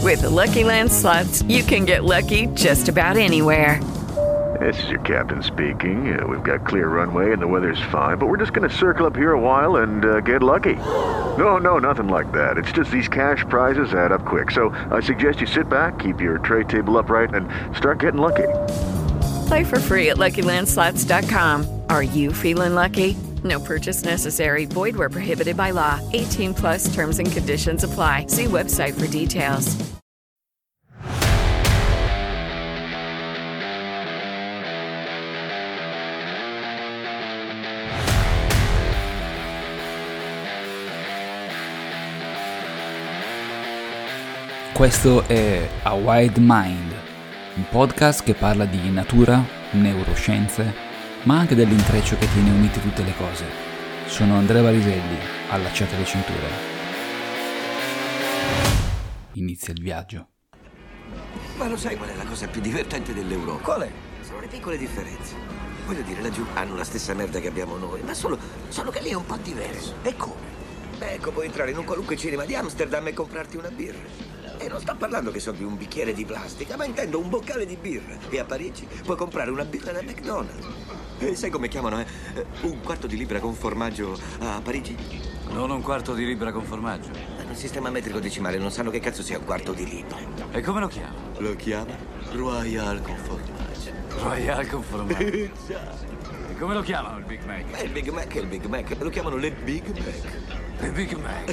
With the Lucky Land Slots, you can get lucky just about anywhere. This is your captain speaking. We've got clear runway and the weather's fine, but we're just going to circle up here a while and get lucky. No, nothing like that. It's just these cash prizes add up quick. So I suggest you sit back, keep your tray table upright, and start getting lucky. Play for free at LuckyLandSlots.com. Are you feeling lucky? No purchase necessary. Void where prohibited by law. 18 plus terms and conditions apply. See website for details. Questo è A Wild Mind, un podcast che parla di natura, neuroscienze, ma anche dell'intreccio che tiene unite tutte le cose. Sono Andrea Bariselli, allacciate le cinture. Inizia il viaggio. Ma lo sai qual è la cosa più divertente dell'Europa? Qual è? Sono le piccole differenze. Voglio dire, laggiù hanno la stessa merda che abbiamo noi, ma solo che lì è un po' diverso. E come? Beh, ecco, puoi entrare in un qualunque cinema di Amsterdam e comprarti una birra. E non sto parlando che so di un bicchiere di plastica, ma intendo un boccale di birra. E a Parigi puoi comprare una birra da McDonald's. E sai come chiamano, un quarto di libra con formaggio a Parigi? Non un quarto di libra con formaggio. Nel sistema metrico decimale non sanno che cazzo sia un quarto di libra. E come lo chiama? Lo chiama Royal con formaggio. Royal con formaggio. E come lo chiamano il Big Mac? Il Big Mac è il Big Mac. Lo chiamano le Big Mac. Il Big Mac.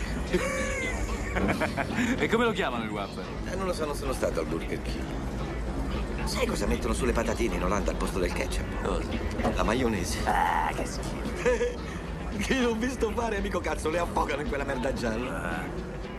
E come lo chiamano il Whopper? Non lo so, non sono stato al Burger King. Sai cosa mettono sulle patatine in Olanda al posto del ketchup? Cosa? La maionese. Ah, che schifo. Che l'ho visto fare, amico cazzo, le affogano in quella merda gialla.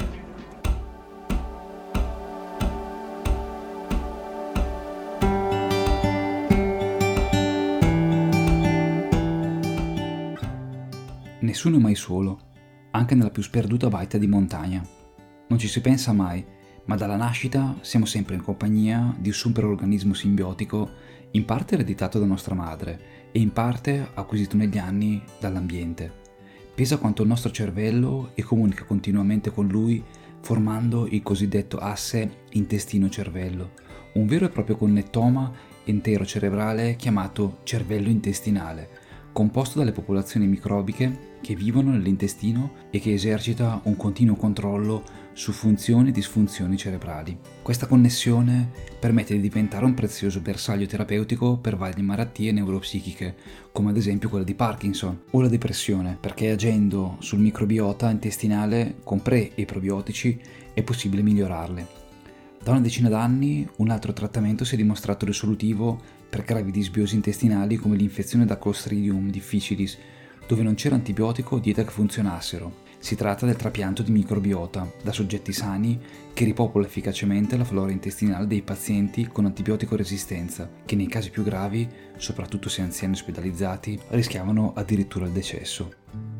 Nessuno è mai solo, anche nella più sperduta baita di montagna. Non ci si pensa mai, ma dalla nascita siamo sempre in compagnia di un superorganismo simbiotico, in parte ereditato da nostra madre e in parte acquisito negli anni dall'ambiente. Pesa quanto il nostro cervello e comunica continuamente con lui, formando il cosiddetto asse intestino-cervello, un vero e proprio connettoma intero cerebrale chiamato cervello intestinale, composto dalle popolazioni microbiche che vivono nell'intestino e che esercita un continuo controllo su funzioni e disfunzioni cerebrali. Questa connessione permette di diventare un prezioso bersaglio terapeutico per varie malattie neuropsichiche, come ad esempio quella di Parkinson o la depressione, perché agendo sul microbiota intestinale con pre e probiotici è possibile migliorarle. Da una decina d'anni un altro trattamento si è dimostrato risolutivo per gravi disbiosi intestinali come l'infezione da Clostridium difficilis, dove non c'era antibiotico o dieta che funzionassero. Si tratta del trapianto di microbiota da soggetti sani che ripopola efficacemente la flora intestinale dei pazienti con antibiotico resistenza, che nei casi più gravi, soprattutto se anziani ospedalizzati, rischiavano addirittura il decesso.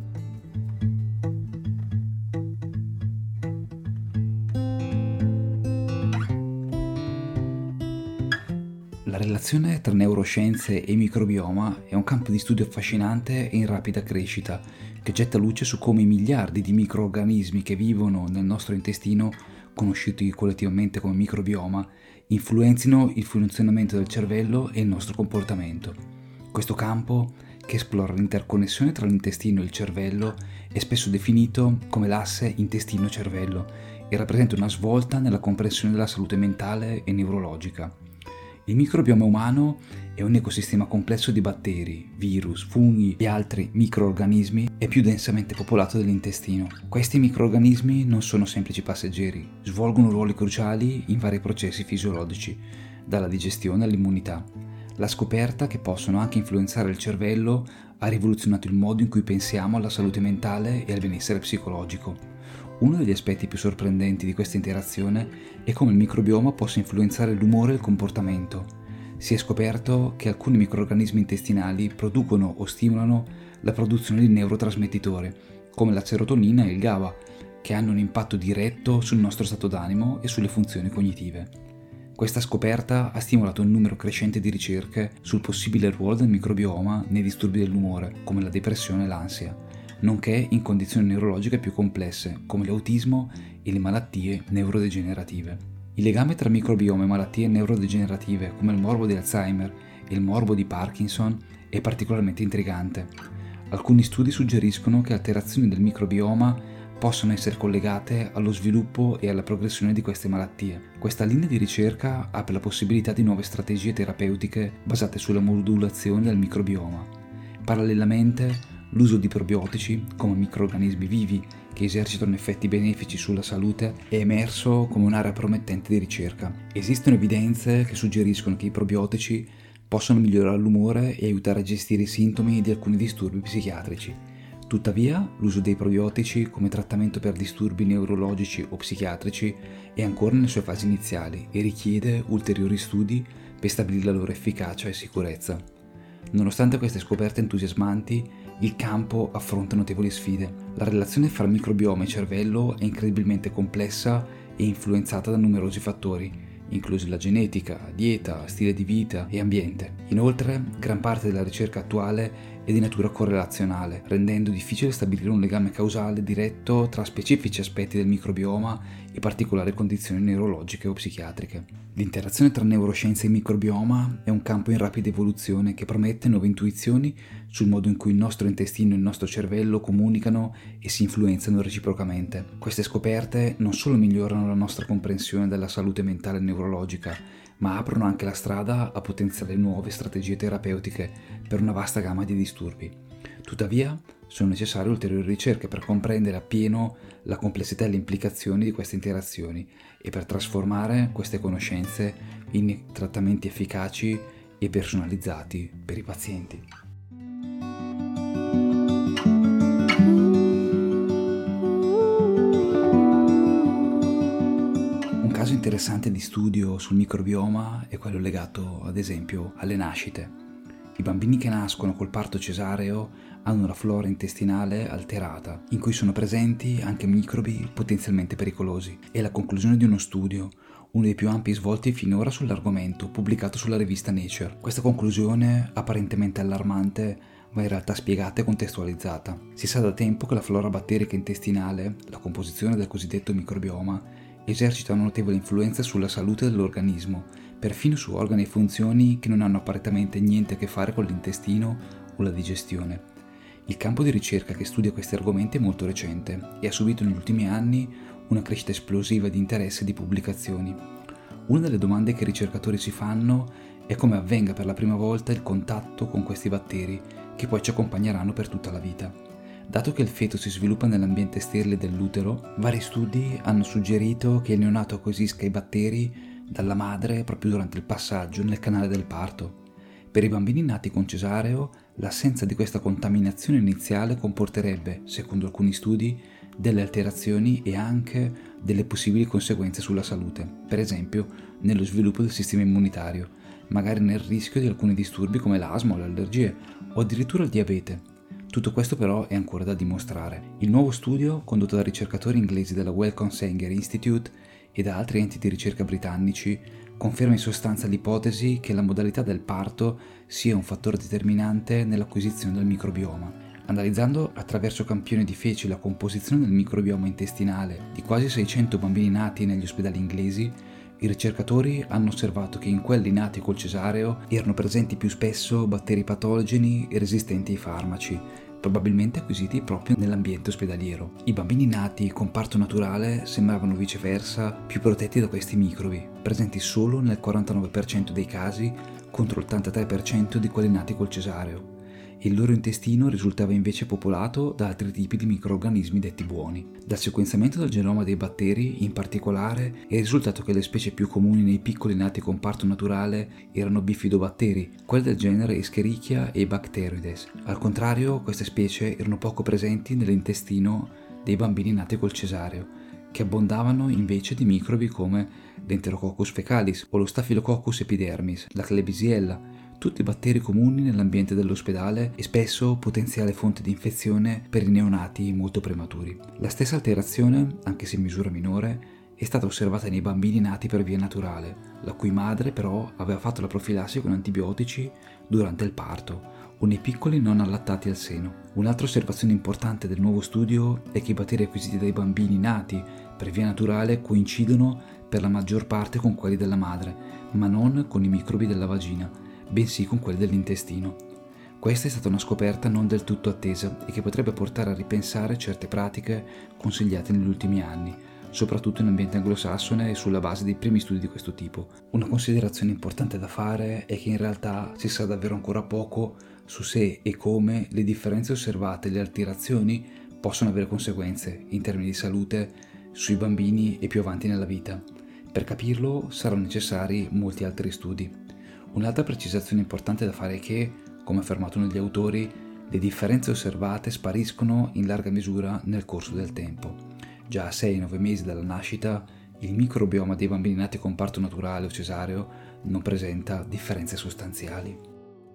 La relazione tra neuroscienze e microbioma è un campo di studio affascinante e in rapida crescita, che getta luce su come i miliardi di microorganismi che vivono nel nostro intestino, conosciuti collettivamente come microbioma, influenzino il funzionamento del cervello e il nostro comportamento. Questo campo, che esplora l'interconnessione tra l'intestino e il cervello, è spesso definito come l'asse intestino-cervello e rappresenta una svolta nella comprensione della salute mentale e neurologica. Il microbioma umano è un ecosistema complesso di batteri, virus, funghi e altri microorganismi e più densamente popolato dell'intestino. Questi microorganismi non sono semplici passeggeri, svolgono ruoli cruciali in vari processi fisiologici, dalla digestione all'immunità. La scoperta che possono anche influenzare il cervello ha rivoluzionato il modo in cui pensiamo alla salute mentale e al benessere psicologico. Uno degli aspetti più sorprendenti di questa interazione è come il microbioma possa influenzare l'umore e il comportamento. Si è scoperto che alcuni microrganismi intestinali producono o stimolano la produzione di neurotrasmettitori, come la serotonina e il GABA, che hanno un impatto diretto sul nostro stato d'animo e sulle funzioni cognitive. Questa scoperta ha stimolato un numero crescente di ricerche sul possibile ruolo del microbioma nei disturbi dell'umore, come la depressione e l'ansia, nonché in condizioni neurologiche più complesse, come l'autismo e le malattie neurodegenerative. Il legame tra microbioma e malattie neurodegenerative come il morbo di Alzheimer e il morbo di Parkinson è particolarmente intrigante. Alcuni studi suggeriscono che alterazioni del microbioma possono essere collegate allo sviluppo e alla progressione di queste malattie. Questa linea di ricerca apre la possibilità di nuove strategie terapeutiche basate sulla modulazione del microbioma. Parallelamente, l'uso di probiotici come microrganismi vivi che esercitano effetti benefici sulla salute è emerso come un'area promettente di ricerca. Esistono evidenze che suggeriscono che i probiotici possono migliorare l'umore e aiutare a gestire i sintomi di alcuni disturbi psichiatrici. Tuttavia, l'uso dei probiotici come trattamento per disturbi neurologici o psichiatrici è ancora nelle sue fasi iniziali e richiede ulteriori studi per stabilire la loro efficacia e sicurezza. Nonostante queste scoperte entusiasmanti, il campo affronta notevoli sfide. La relazione fra microbioma e cervello è incredibilmente complessa e influenzata da numerosi fattori, inclusi la genetica, dieta, stile di vita e ambiente. Inoltre, gran parte della ricerca attuale è di natura correlazionale, rendendo difficile stabilire un legame causale diretto tra specifici aspetti del microbioma e particolari condizioni neurologiche o psichiatriche. L'interazione tra neuroscienze e microbioma è un campo in rapida evoluzione che promette nuove intuizioni sul modo in cui il nostro intestino e il nostro cervello comunicano e si influenzano reciprocamente. Queste scoperte non solo migliorano la nostra comprensione della salute mentale e neurologica, ma aprono anche la strada a potenziali nuove strategie terapeutiche per una vasta gamma di disturbi. Tuttavia, sono necessarie ulteriori ricerche per comprendere appieno la complessità e le implicazioni di queste interazioni e per trasformare queste conoscenze in trattamenti efficaci e personalizzati per i pazienti. Un caso interessante di studio sul microbioma è quello legato, ad esempio, alle nascite. I bambini che nascono col parto cesareo hanno una flora intestinale alterata, in cui sono presenti anche microbi potenzialmente pericolosi. È la conclusione di uno studio, uno dei più ampi svolti finora sull'argomento, pubblicato sulla rivista Nature. Questa conclusione, apparentemente allarmante, va in realtà spiegata e contestualizzata. Si sa da tempo che la flora batterica intestinale, la composizione del cosiddetto microbioma, esercita una notevole influenza sulla salute dell'organismo, perfino su organi e funzioni che non hanno apparentemente niente a che fare con l'intestino o la digestione. Il campo di ricerca che studia questi argomenti è molto recente e ha subito negli ultimi anni una crescita esplosiva di interesse e di pubblicazioni. Una delle domande che i ricercatori si fanno è come avvenga per la prima volta il contatto con questi batteri che poi ci accompagneranno per tutta la vita. Dato che il feto si sviluppa nell'ambiente sterile dell'utero, vari studi hanno suggerito che il neonato acquisisca i batteri dalla madre proprio durante il passaggio nel canale del parto. Per i bambini nati con cesareo, l'assenza di questa contaminazione iniziale comporterebbe, secondo alcuni studi, delle alterazioni e anche delle possibili conseguenze sulla salute, per esempio nello sviluppo del sistema immunitario, magari nel rischio di alcuni disturbi come l'asma o le allergie, o addirittura il diabete. Tutto questo però è ancora da dimostrare. Il nuovo studio, condotto da ricercatori inglesi della Wellcome Sanger Institute e da altri enti di ricerca britannici, conferma in sostanza l'ipotesi che la modalità del parto sia un fattore determinante nell'acquisizione del microbioma. Analizzando attraverso campioni di feci la composizione del microbioma intestinale di quasi 600 bambini nati negli ospedali inglesi, i ricercatori hanno osservato che in quelli nati col cesareo erano presenti più spesso batteri patogeni e resistenti ai farmaci, probabilmente acquisiti proprio nell'ambiente ospedaliero. I bambini nati con parto naturale sembravano viceversa più protetti da questi microbi, presenti solo nel 49% dei casi contro l'83% di quelli nati col cesareo. Il loro intestino risultava invece popolato da altri tipi di microrganismi detti buoni. Dal sequenziamento del genoma dei batteri, in particolare, è risultato che le specie più comuni nei piccoli nati con parto naturale erano bifidobatteri, quelle del genere Escherichia e Bacteroides. Al contrario, queste specie erano poco presenti nell'intestino dei bambini nati col cesareo, che abbondavano invece di microbi come l'Enterococcus fecalis o lo Staphylococcus epidermis, la Klebsiella, tutti batteri comuni nell'ambiente dell'ospedale e spesso potenziale fonte di infezione per i neonati molto prematuri. La stessa alterazione, anche se in misura minore, è stata osservata nei bambini nati per via naturale, la cui madre però aveva fatto la profilassi con antibiotici durante il parto, o nei piccoli non allattati al seno. Un'altra osservazione importante del nuovo studio è che i batteri acquisiti dai bambini nati per via naturale coincidono per la maggior parte con quelli della madre, ma non con i microbi della vagina, bensì con quelli dell'intestino. Questa è stata una scoperta non del tutto attesa e che potrebbe portare a ripensare certe pratiche consigliate negli ultimi anni, soprattutto in ambiente anglosassone e sulla base dei primi studi di questo tipo. Una considerazione importante da fare è che in realtà si sa davvero ancora poco su se e come le differenze osservate e le alterazioni possono avere conseguenze in termini di salute sui bambini e più avanti nella vita. Per capirlo saranno necessari molti altri studi. Un'altra precisazione importante da fare è che, come affermato negli autori, le differenze osservate spariscono in larga misura nel corso del tempo. Già a 6-9 mesi dalla nascita, il microbioma dei bambini nati con parto naturale o cesareo non presenta differenze sostanziali.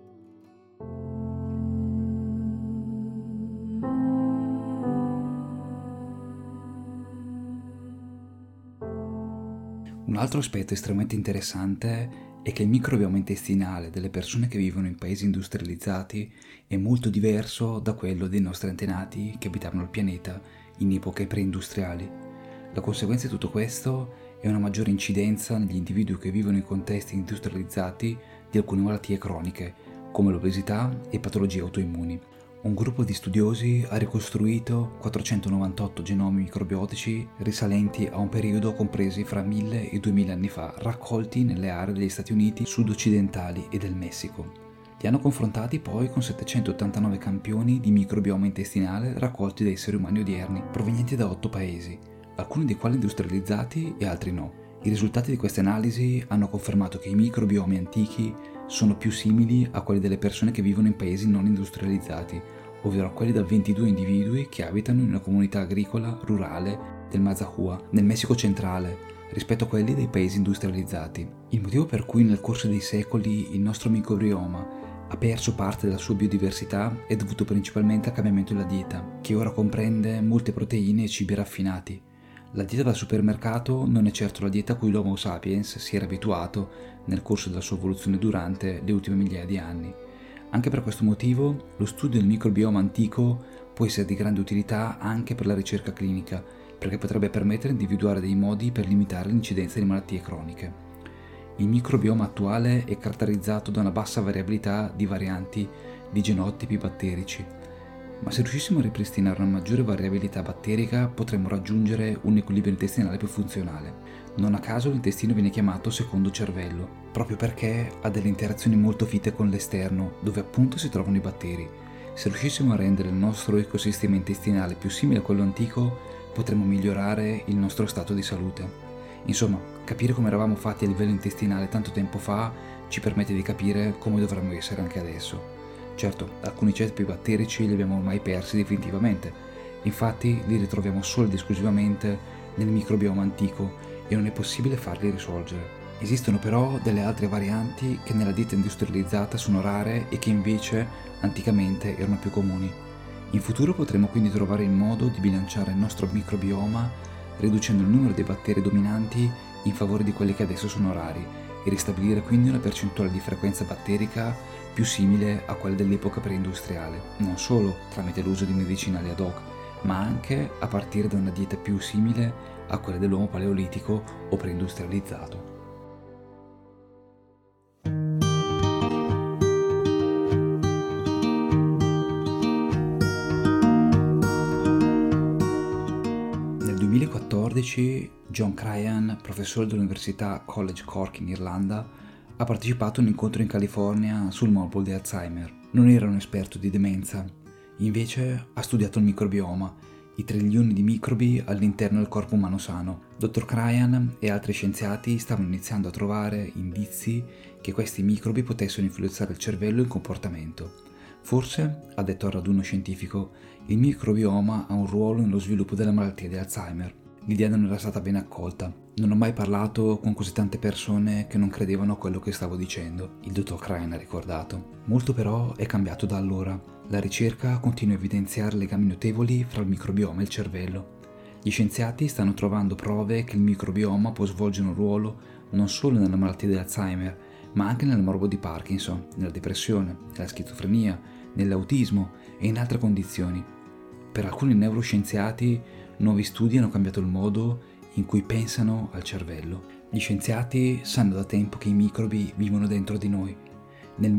Un altro aspetto estremamente interessante è che il microbioma intestinale delle persone che vivono in paesi industrializzati è molto diverso da quello dei nostri antenati che abitavano il pianeta in epoche preindustriali. La conseguenza di tutto questo è una maggiore incidenza negli individui che vivono in contesti industrializzati di alcune malattie croniche, come l'obesità e patologie autoimmuni. Un gruppo di studiosi ha ricostruito 498 genomi microbiotici risalenti a un periodo compresi fra 1000 e 2000 anni fa, raccolti nelle aree degli Stati Uniti sud-occidentali e del Messico. Li hanno confrontati poi con 789 campioni di microbioma intestinale raccolti da esseri umani odierni, provenienti da 8 paesi, alcuni dei quali industrializzati e altri no. I risultati di queste analisi hanno confermato che i microbiomi antichi sono più simili a quelli delle persone che vivono in paesi non industrializzati, ovvero a quelli da 22 individui che abitano in una comunità agricola rurale del Mazahua, nel Messico centrale, rispetto a quelli dei paesi industrializzati. Il motivo per cui nel corso dei secoli il nostro microbioma ha perso parte della sua biodiversità è dovuto principalmente al cambiamento della dieta, che ora comprende molte proteine e cibi raffinati. La dieta da supermercato non è certo la dieta a cui l'Homo sapiens si era abituato nel corso della sua evoluzione durante le ultime migliaia di anni. Anche per questo motivo, lo studio del microbioma antico può essere di grande utilità anche per la ricerca clinica, perché potrebbe permettere di individuare dei modi per limitare l'incidenza di malattie croniche. Il microbioma attuale è caratterizzato da una bassa variabilità di varianti di genotipi batterici, ma se riuscissimo a ripristinare una maggiore variabilità batterica potremmo raggiungere un equilibrio intestinale più funzionale. Non a caso l'intestino viene chiamato secondo cervello, proprio perché ha delle interazioni molto fitte con l'esterno, dove appunto si trovano i batteri. Se riuscissimo a rendere il nostro ecosistema intestinale più simile a quello antico, potremmo migliorare il nostro stato di salute. Insomma, capire come eravamo fatti a livello intestinale tanto tempo fa ci permette di capire come dovremmo essere anche adesso. Certo, alcuni ceppi batterici li abbiamo ormai persi definitivamente, infatti li ritroviamo solo ed esclusivamente nel microbioma antico e non è possibile farli risorgere. Esistono però delle altre varianti che nella dieta industrializzata sono rare e che invece anticamente erano più comuni. In futuro potremo quindi trovare il modo di bilanciare il nostro microbioma riducendo il numero dei batteri dominanti in favore di quelli che adesso sono rari e ristabilire quindi una percentuale di frequenza batterica più simile a quella dell'epoca preindustriale, non solo tramite l'uso di medicinali ad hoc, ma anche a partire da una dieta più simile a quella dell'uomo paleolitico o preindustrializzato. Nel 2014 John Cryan, professore dell'Università College Cork in Irlanda, ha partecipato a un incontro in California sul morbolo di Alzheimer. Non era un esperto di demenza, invece ha studiato il microbioma, i trilioni di microbi all'interno del corpo umano sano. Dr. Cryan e altri scienziati stavano iniziando a trovare indizi che questi microbi potessero influenzare il cervello e il comportamento. Forse, ha detto al raduno scientifico, il microbioma ha un ruolo nello sviluppo della malattia di Alzheimer. L'idea non era stata ben accolta. Non ho mai parlato con così tante persone che non credevano a quello che stavo dicendo, il dottor Cryan ha ricordato. Molto però è cambiato da allora. La ricerca continua a evidenziare legami notevoli fra il microbioma e il cervello. Gli scienziati stanno trovando prove che il microbioma può svolgere un ruolo non solo nella malattia di Alzheimer, ma anche nel morbo di Parkinson, nella depressione, nella schizofrenia, nell'autismo e in altre condizioni. Per alcuni neuroscienziati, nuovi studi hanno cambiato il modo in cui pensano al cervello. Gli scienziati sanno da tempo che i microbi vivono dentro di noi. Nel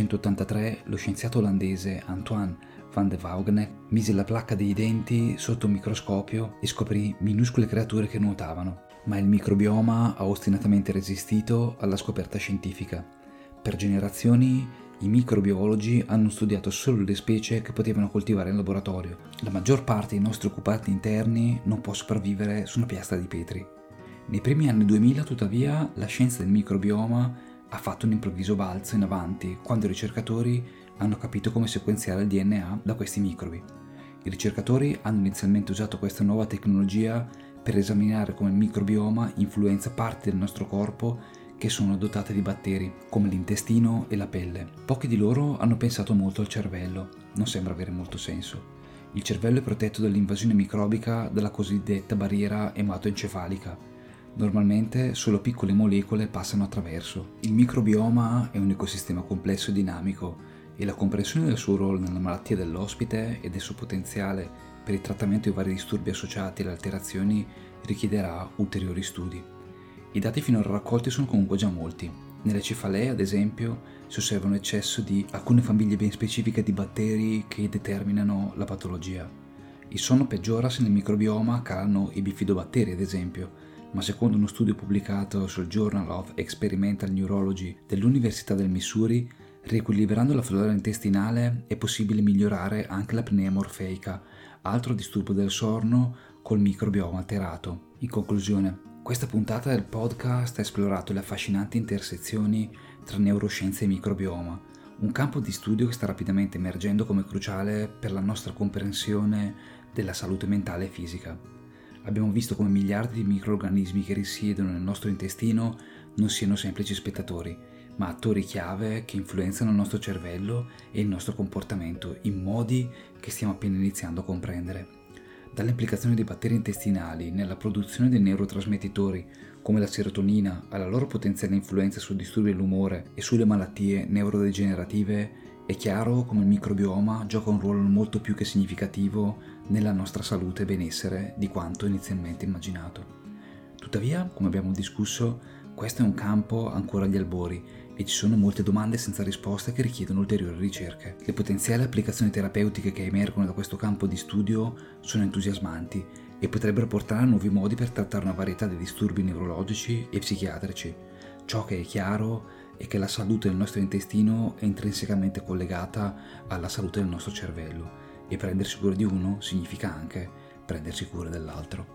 1683 lo scienziato olandese Antoine van de Wagner mise la placca dei denti sotto un microscopio e scoprì minuscole creature che nuotavano. Ma il microbioma ha ostinatamente resistito alla scoperta scientifica. Per generazioni i microbiologi hanno studiato solo le specie che potevano coltivare in laboratorio. La maggior parte dei nostri occupanti interni non può sopravvivere su una piastra di Petri. Nei primi anni 2000, tuttavia, la scienza del microbioma ha fatto un improvviso balzo in avanti quando i ricercatori hanno capito come sequenziare il DNA da questi microbi. I ricercatori hanno inizialmente usato questa nuova tecnologia per esaminare come il microbioma influenza parti del nostro corpo che sono dotate di batteri, come l'intestino e la pelle. Pochi di loro hanno pensato molto al cervello, non sembra avere molto senso. Il cervello è protetto dall'invasione microbica dalla cosiddetta barriera ematoencefalica. Normalmente solo piccole molecole passano attraverso. Il microbioma è un ecosistema complesso e dinamico e la comprensione del suo ruolo nella malattia dell'ospite e del suo potenziale per il trattamento di vari disturbi associati alle alterazioni richiederà ulteriori studi. I dati finora raccolti sono comunque già molti. Nelle cefalee, ad esempio, si osserva un eccesso di alcune famiglie ben specifiche di batteri che determinano la patologia. Il sonno peggiora se nel microbioma calano i bifidobatteri, ad esempio, ma secondo uno studio pubblicato sul Journal of Experimental Neurology dell'Università del Missouri, riequilibrando la flora intestinale è possibile migliorare anche l'apnea morfeica, altro disturbo del sonno col microbioma alterato. In conclusione, questa puntata del podcast ha esplorato le affascinanti intersezioni tra neuroscienza e microbioma, un campo di studio che sta rapidamente emergendo come cruciale per la nostra comprensione della salute mentale e fisica. Abbiamo visto come miliardi di microrganismi che risiedono nel nostro intestino non siano semplici spettatori, ma attori chiave che influenzano il nostro cervello e il nostro comportamento in modi che stiamo appena iniziando a comprendere. Dalle implicazioni dei batteri intestinali nella produzione dei neurotrasmettitori come la serotonina alla loro potenziale influenza sui disturbi dell'umore e sulle malattie neurodegenerative, è chiaro come il microbioma gioca un ruolo molto più che significativo nella nostra salute e benessere di quanto inizialmente immaginato. Tuttavia, come abbiamo discusso, questo è un campo ancora agli albori e ci sono molte domande senza risposte che richiedono ulteriori ricerche. Le potenziali applicazioni terapeutiche che emergono da questo campo di studio sono entusiasmanti e potrebbero portare a nuovi modi per trattare una varietà di disturbi neurologici e psichiatrici. Ciò che è chiaro è che la salute del nostro intestino è intrinsecamente collegata alla salute del nostro cervello e prendersi cura di uno significa anche prendersi cura dell'altro.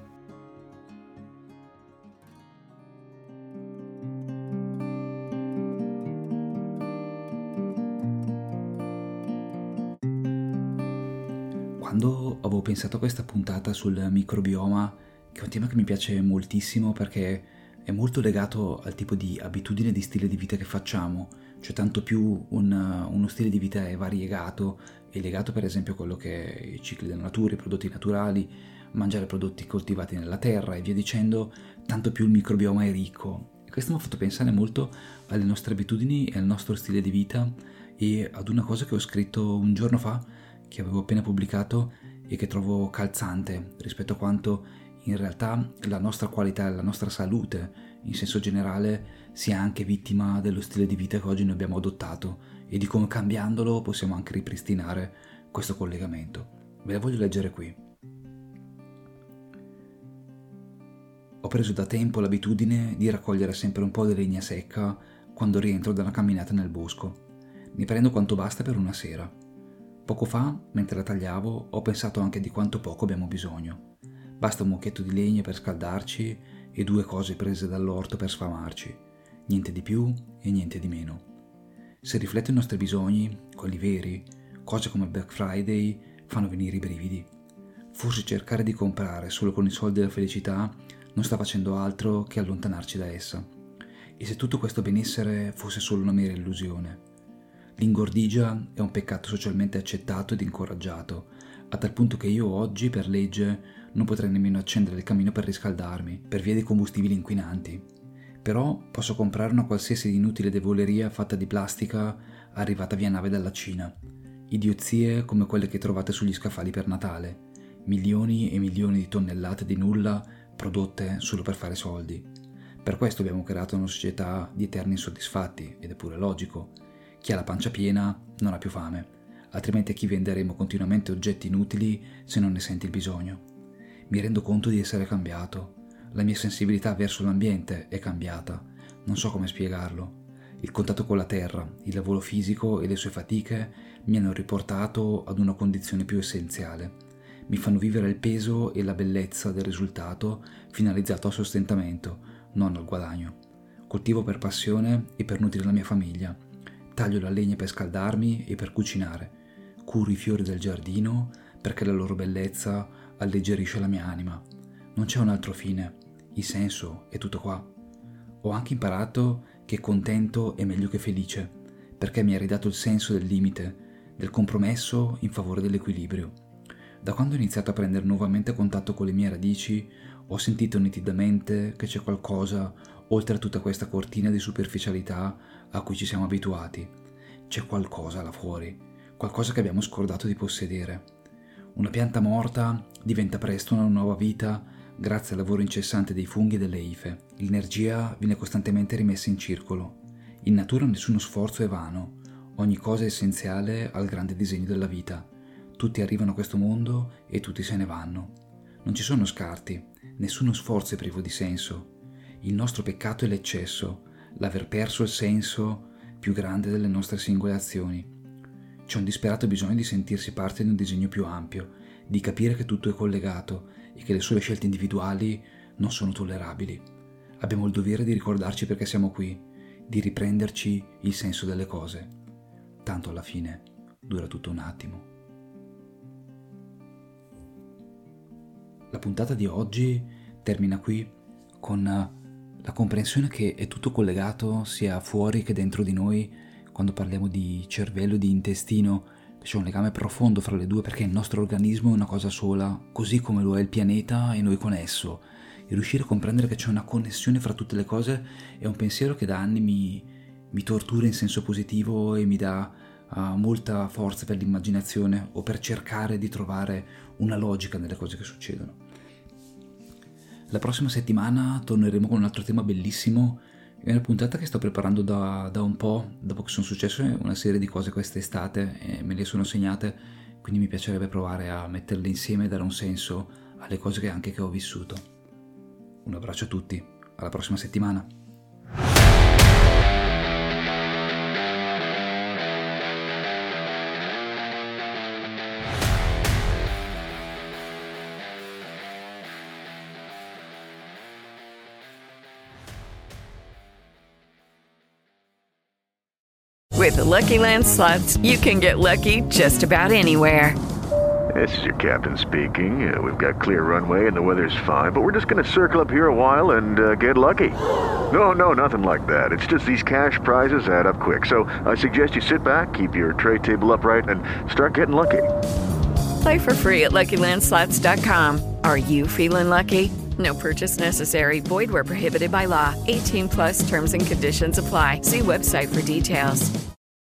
Quando avevo pensato a questa puntata sul microbioma, che è un tema che mi piace moltissimo perché è molto legato al tipo di abitudine e di stile di vita che facciamo, cioè tanto più uno stile di vita è variegato, è legato per esempio a quello che è i cicli della natura, i prodotti naturali, mangiare prodotti coltivati nella terra e via dicendo, tanto più il microbioma è ricco. E questo mi ha fatto pensare molto alle nostre abitudini e al nostro stile di vita e ad una cosa che ho scritto un giorno fa, che avevo appena pubblicato e che trovo calzante rispetto a quanto in realtà la nostra qualità e la nostra salute in senso generale sia anche vittima dello stile di vita che oggi noi abbiamo adottato e di come cambiandolo possiamo anche ripristinare questo collegamento. Ve la voglio leggere qui. Ho preso da tempo l'abitudine di raccogliere sempre un po' di legna secca quando rientro da una camminata nel bosco. Ne prendo quanto basta per una sera. Poco fa, mentre la tagliavo, ho pensato anche di quanto poco abbiamo bisogno. Basta un mucchietto di legno per scaldarci e 2 cose prese dall'orto per sfamarci. Niente di più e niente di meno. Se rifletto i nostri bisogni, quelli veri, cose come il Black Friday fanno venire i brividi. Forse cercare di comprare solo con i soldi della felicità non sta facendo altro che allontanarci da essa. E se tutto questo benessere fosse solo una mera illusione? L'ingordigia è un peccato socialmente accettato ed incoraggiato, a tal punto che io oggi, per legge, non potrei nemmeno accendere il camino per riscaldarmi, per via dei combustibili inquinanti. Però posso comprare una qualsiasi inutile devoleria fatta di plastica arrivata via nave dalla Cina. Idiozie come quelle che trovate sugli scaffali per Natale. Milioni e milioni di tonnellate di nulla prodotte solo per fare soldi. Per questo abbiamo creato una società di eterni insoddisfatti, ed è pure logico. Chi ha la pancia piena non ha più fame, altrimenti a chi venderemo continuamente oggetti inutili se non ne senti il bisogno? Mi rendo conto di essere cambiato. La mia sensibilità verso l'ambiente è cambiata. Non so come spiegarlo. Il contatto con la terra, il lavoro fisico e le sue fatiche mi hanno riportato ad una condizione più essenziale. Mi fanno vivere il peso e la bellezza del risultato finalizzato al sostentamento, non al guadagno. Coltivo per passione e per nutrire la mia famiglia. Taglio la legna per scaldarmi e per cucinare. Curo i fiori del giardino perché la loro bellezza alleggerisce la mia anima. Non c'è un altro fine. Il senso è tutto qua. Ho anche imparato che contento è meglio che felice, perché mi ha ridato il senso del limite, del compromesso in favore dell'equilibrio. Da quando ho iniziato a prendere nuovamente contatto con le mie radici, ho sentito nitidamente che c'è qualcosa oltre a tutta questa cortina di superficialità a cui ci siamo abituati. C'è qualcosa là fuori, qualcosa che abbiamo scordato di possedere. Una pianta morta diventa presto una nuova vita grazie al lavoro incessante dei funghi e delle ife. L'energia viene costantemente rimessa in circolo. In natura nessuno sforzo è vano, ogni cosa è essenziale al grande disegno della vita. Tutti arrivano a questo mondo e tutti se ne vanno. Non ci sono scarti, nessuno sforzo è privo di senso. Il nostro peccato è l'eccesso, l'aver perso il senso più grande delle nostre singole azioni. C'è un disperato bisogno di sentirsi parte di un disegno più ampio, di capire che tutto è collegato e che le sole scelte individuali non sono tollerabili. Abbiamo il dovere di ricordarci perché siamo qui, di riprenderci il senso delle cose. Tanto alla fine dura tutto un attimo. La puntata di oggi termina qui con la comprensione che è tutto collegato sia fuori che dentro di noi. Quando parliamo di cervello e di intestino, c'è un legame profondo fra le due perché il nostro organismo è una cosa sola, così come lo è il pianeta e noi con esso. E riuscire a comprendere che c'è una connessione fra tutte le cose è un pensiero che da anni mi tortura in senso positivo e mi dà molta forza per l'immaginazione o per cercare di trovare una logica nelle cose che succedono. La prossima settimana torneremo con un altro tema bellissimo. È una puntata che sto preparando da un po', dopo che sono successe una serie di cose quest'estate e me le sono segnate, quindi mi piacerebbe provare a metterle insieme e dare un senso alle cose che ho vissuto. Un abbraccio a tutti, alla prossima settimana. With the Lucky Land Slots, you can get lucky just about anywhere. This is your captain speaking. We've got clear runway and the weather's fine, but we're just going to circle up here a while and get lucky. No, nothing like that. It's just these cash prizes add up quick. So I suggest you sit back, keep your tray table upright, and start getting lucky. Play for free at LuckyLandSlots.com. Are you feeling lucky? No purchase necessary. Void where prohibited by law. 18+ terms and conditions apply. See website for details.